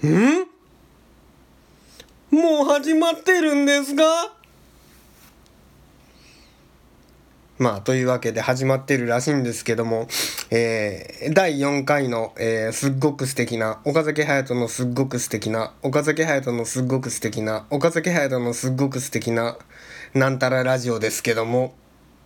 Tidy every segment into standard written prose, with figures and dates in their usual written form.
もう始まってるんですが。というわけで始まってるらしいんですけども、第4回の、すっごく素敵な岡崎隼人のすっごく素敵な岡崎隼人のすっごく素敵な岡崎隼人のすっごく素敵ななんたらラジオですけども、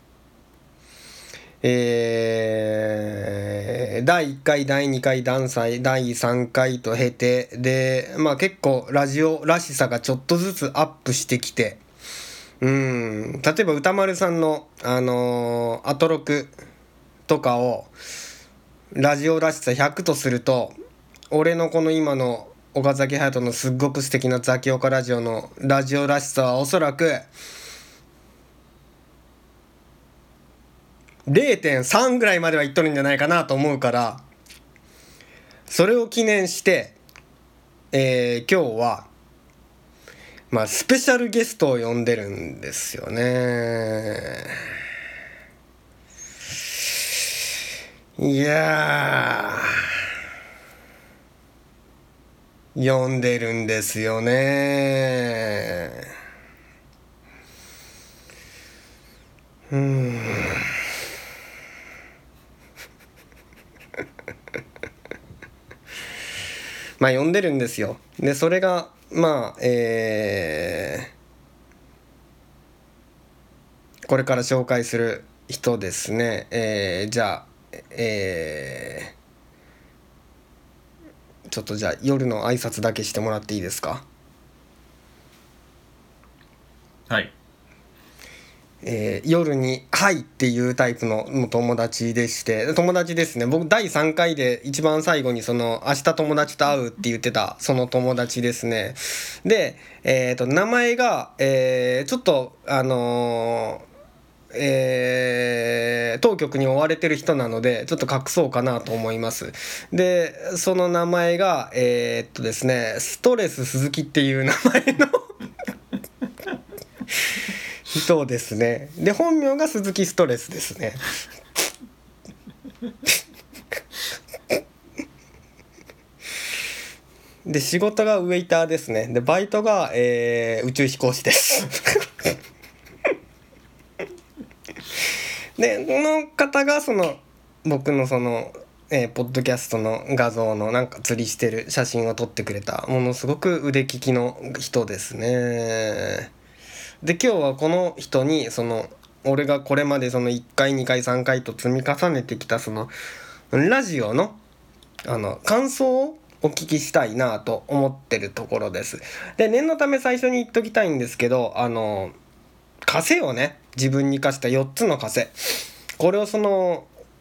第1回第2回第3回と経て、で結構ラジオらしさがちょっとずつアップしてきて、例えば歌丸さんのアトロクとかをラジオらしさ100とすると、俺のこの今の岡崎隼人のすっごく素敵なザキオカラジオのラジオらしさはおそらく 0.3 ぐらいまではいっとるんじゃないかなと思うから、それを記念して、今日はスペシャルゲストを呼んでるんですよね。いやー、呼んでるんですよね。呼んでるんですよ。でそれがこれから紹介する人ですね。じゃあちょっとじゃあ夜の挨拶だけしてもらっていいですか。 はい。 夜に「はい」っていうタイプの友達でして、友達ですね。僕第3回で一番最後にその明日友達と会うって言ってたその友達ですね。で名前がちょっと当局に追われてる人なのでちょっと隠そうかなと思います。でその名前がですね、ストレス鈴木っていう名前の人ですね。で本名が鈴木ストレスですね。で仕事がウェイターですね。でバイトが、宇宙飛行士ですでこの方がその僕のその、ポッドキャストの画像のなんか釣りしてる写真を撮ってくれたものすごく腕利きの人ですね。で今日はこの人にその俺がこれまでその1回2回3回と積み重ねてきたそのラジオの感想をお聞きしたいなと思ってるところです。で念のため最初に言っときたいんですけど、枷をね、自分に課した4つの枷、これをその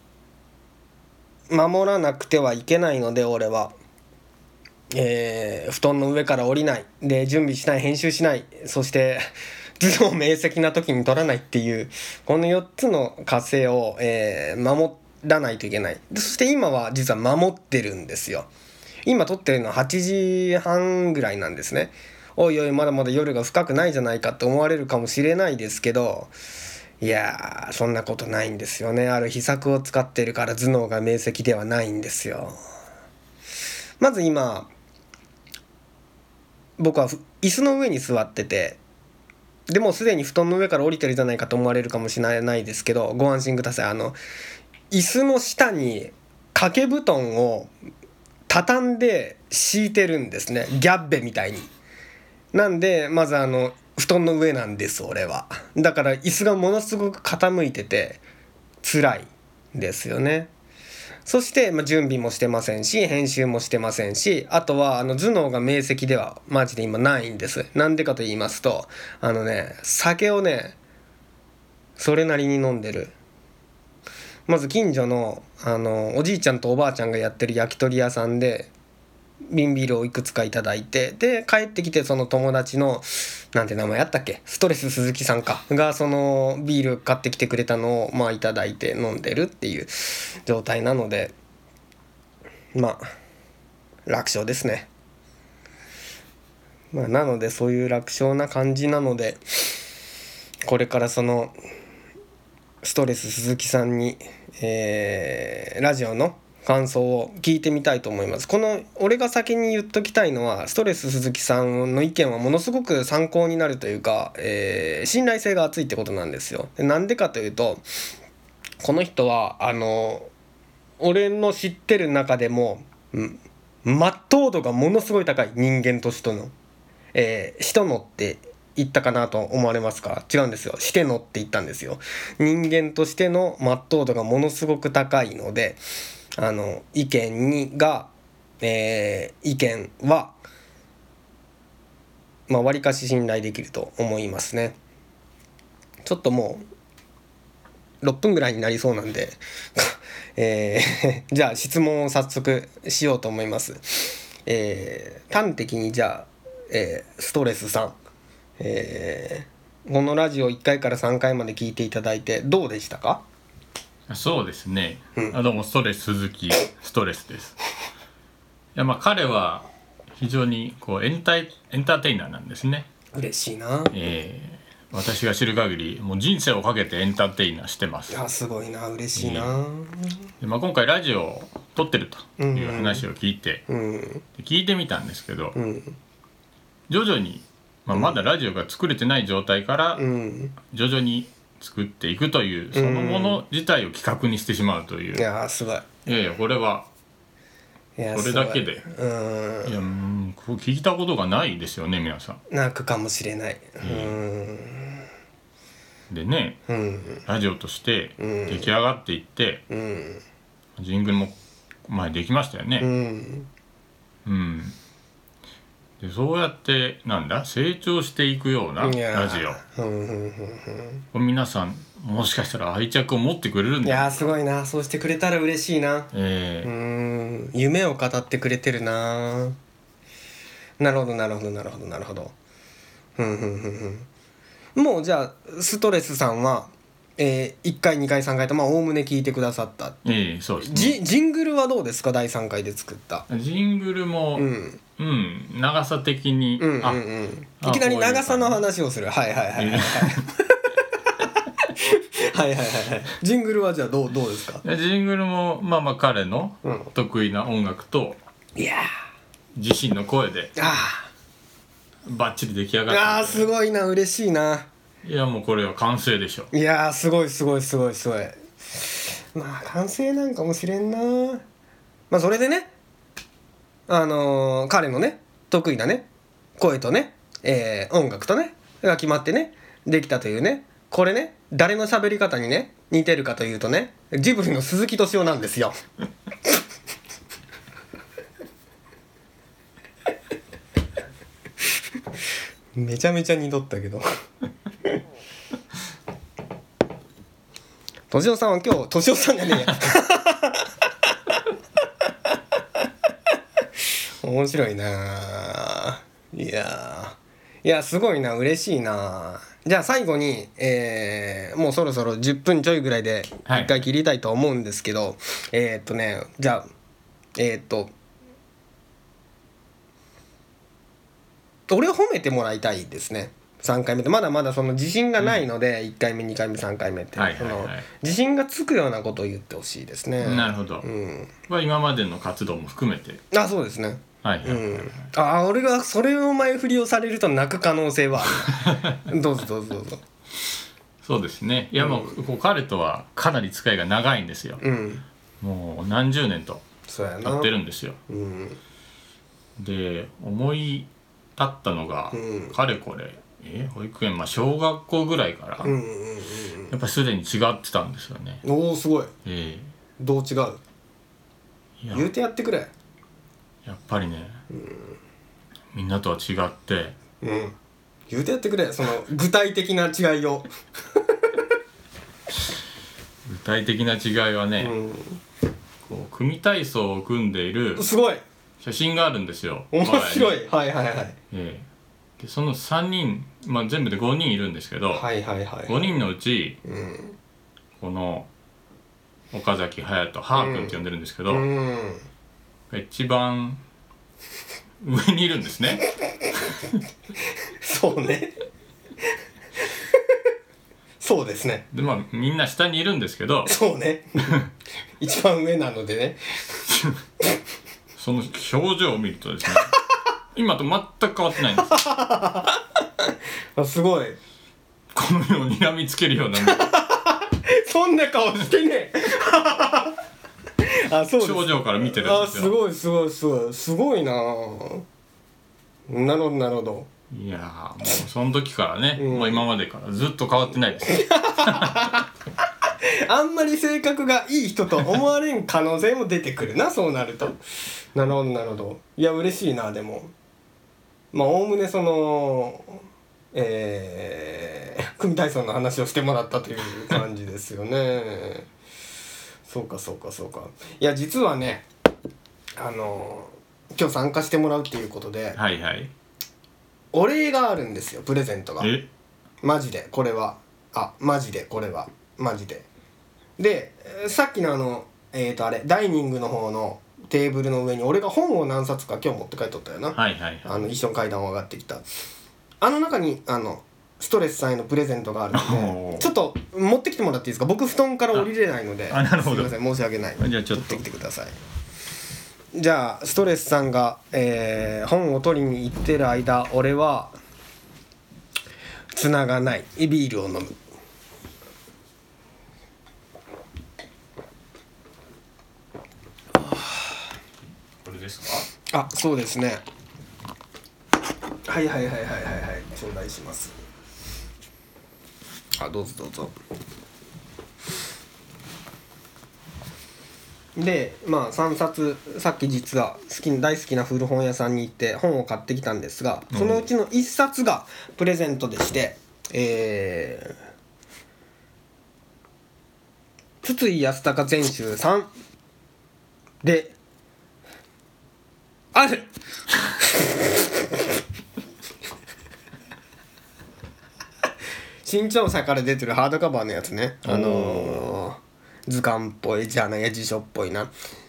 守らなくてはいけないので、俺は布団の上から降りないで、準備しない、編集しない、そして頭脳明晰な時に取らないっていうこの4つの枷を、守らないといけない。そして今は実は守ってるんですよ。今撮ってるのは8時半ぐらいなんですね。おいおいまだまだ夜が深くないじゃないかって思われるかもしれないですけど、いやそんなことないんですよね。ある秘策を使ってるから頭脳が明晰ではないんですよ。まず今僕は椅子の上に座ってて、でもうすでに布団の上から降りてるじゃないかと思われるかもしれないですけど、ご安心ください。椅子の下に掛け布団を畳んで敷いてるんですね、ギャッベみたいに。なんでまず布団の上なんです、俺は。だから椅子がものすごく傾いてて辛いんですよね。そして、準備もしてませんし編集もしてませんし、あとは頭脳が明晰ではマジで今ないんです。なんでかと言いますと、酒をねそれなりに飲んでる。まず近所のおじいちゃんとおばあちゃんがやってる焼き鳥屋さんで瓶ビールをいくつかいただいて、で帰ってきてその友達のなんて名前やったっけ、ストレス鈴木さんかがそのビール買ってきてくれたのをいただいて飲んでるっていう状態なので、楽勝ですね。なのでそういう楽勝な感じなので、これからそのストレス鈴木さんに、ラジオの感想を聞いてみたいと思います。この俺が先に言っときたいのは、ストレス鈴木さんの意見はものすごく参考になるというか、信頼性が厚いってことなんですよ。なんでかというと、この人は俺の知ってる中でもまっとう度がものすごい高い、人間としての、人のって言ったかなと思われますか？違うんですよ、してのって言ったんですよ。人間としてのまっとう度がものすごく高いので、意見はわりかし信頼できると思いますね。ちょっともう6分ぐらいになりそうなんでじゃあ質問を早速しようと思います。端的にじゃあ、ストレスさん、このラジオ1回から3回まで聞いていただいてどうでしたか？ そうですね、どうもストレス鈴木ストレスです。いや彼は非常にこうエンターテイナーなんですね。 嬉しいな。 私が知る限りもう人生をかけてエンターテイナーしてます。 いやすごいな、嬉しいな。 で今回ラジオを撮ってるという話を聞いて、聞いてみたんですけど、徐々に、まだラジオが作れてない状態から徐々に作っていくというそのもの自体を企画にしてしまうという。 いやすごい。 これはこれだけでこう聞いたことがないですよね、皆さん。 泣くかもしれない。 でね、ラジオとして出来上がっていって、ジングルも前できましたよね。でそうやって成長していくようなラジオ、皆さんもしかしたら愛着を持ってくれるんだ。 いやすごいな、そうしてくれたら嬉しいな。夢を語ってくれてるな。なるほどなるほどなるほどなるほど。もうじゃあストレスさんは、1回2回3回とおおむね聞いてくださった。 そうですね。 ジングルはどうですか？第3回で作ったジングルも、長さ的に、 いきなり長さの話をする。はいはいはいはいはいはいはい。ジングルはじゃあどうですか？ ジングルも彼の得意な音楽と、 いや自身の声でバッチリ出来上がって、 いやすごいな、嬉しいな。 いやもうこれは完成でしょ。 いやすごいすごいすごいすごい。完成なんかもしれんな。それでね、彼のね得意なね声とね、音楽とねが決まってねできたというね、これね誰の喋り方にね似てるかというとね、ジブリの鈴木敏夫なんですよめちゃめちゃ似とったけど敏夫さんは今日、敏夫さんじゃねえや面白いな。いやすごいな、嬉しいな。じゃあ最後に、もうそろそろ10分ちょいぐらいで一回切りたいと思うんですけど、じゃあ俺を褒めてもらいたいですね。3回目ってまだまだその自信がないので、1回目2回目3回目って自信がつくようなことを言ってほしいですね。 なるほど、今までの活動も含めて。 そうですね。俺がそれを前振りをされると泣く可能性はどうぞどうぞどうぞ。 そうですね。いやもう、こう彼とはかなり付き合いが長いんですよ。もう何十年とやってるんですよ。で思い立ったのが、かれこれ保育園、小学校ぐらいからやっぱすでに違ってたんですよね。 おおすごい。どう違う？言うてやってくれ。 やっぱりね、みんなとは違って、 言うてやってくれ、その具体的な違いを具体的な違いはね、こう組体操を組んでいるすごい写真があるんですよ。 面白い。はいはいはい。 でその3人、全部で5人いるんですけど、5人のうち、この岡崎隼人、ハー君って呼んでるんですけど、一番上にいるんですねそうねそうですね。 でみんな下にいるんですけど、 そうね一番上なのでねその表情を見るとですね今と全く変わってないんですあ、すごい。 このように睨みつけるようなそんな顔してねあ、そうです。 表情から見てるんですよ。 あ、すごいすごいすごいすごいな。なるほどなるほど。 いやもうその時からね、もう今までからずっと変わってないですあんまり性格がいい人と思われん可能性も出てくるなそうなると。なるほどなるほど。いや嬉しいな。でもまあおおむねその組体操の話をしてもらったという感じですよねそうかそうかそうか。いや実はね今日参加してもらうっていうことで、 はいはい、 お礼があるんですよ。プレゼントが。マジでこれはマジでこれはマジで。でさっきのあれダイニングの方のテーブルの上に俺が本を何冊か今日持って帰っとったよな。 はいはいはい、 一緒の階段を上がってきた中にストレスさんへのプレゼントがあるのでちょっと持ってきてもらっていいですか。僕布団から降りれないので。 なるほど、 すいません申し訳ない。 じゃあちょっと持ってきてください。じゃあストレスさんが、本を取りに行ってる間俺はつながないビールを飲む。 これですか。 そうですね。はいはいはいはいはいはい頂戴します。どうぞどうぞ。でまあ3冊さっき実は大好きな古本屋さんに行って本を買ってきたんですが、そのうちの1冊がプレゼントでして、筒井康隆全集3である新潮社から出てるハードカバーのやつね。図鑑っぽいじゃないや辞書っぽいな。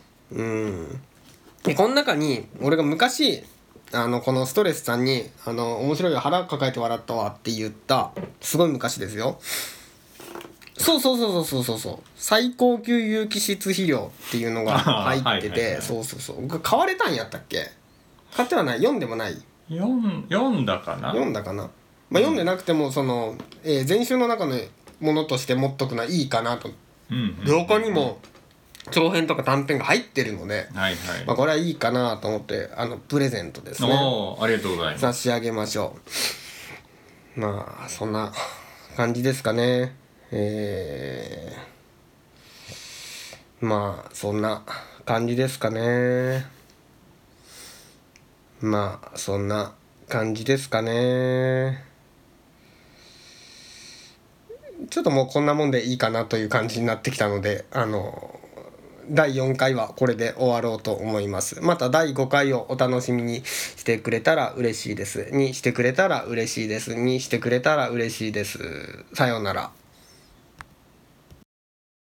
でこの中に俺が昔このストレスさんに面白いよ腹抱えて笑ったわって言ったすごい昔ですよ。そう最高級有機質肥料っていうのが入っててそう買われたんやったっけ。買ってはない。読んでもない。 読んだかな。 まあ、読んでなくてもその、全集の中のものとして持っとくのはいいかなと。どこにも長編とか短編が入ってるので、 はいはい、 まあ、これはいいかなと思ってプレゼントですね。 ありがとうございます。 差し上げましょう。まあそんな感じですかね。まあそんな感じですかね。まあそんな感じですかね。ちょっともうこんなもんでいいかなという感じになってきたので第4回はこれで終わろうと思います。また第5回をお楽しみにしてくれたら嬉しいです。にしてくれたら嬉しいです。にしてくれたら嬉しいです。さようなら。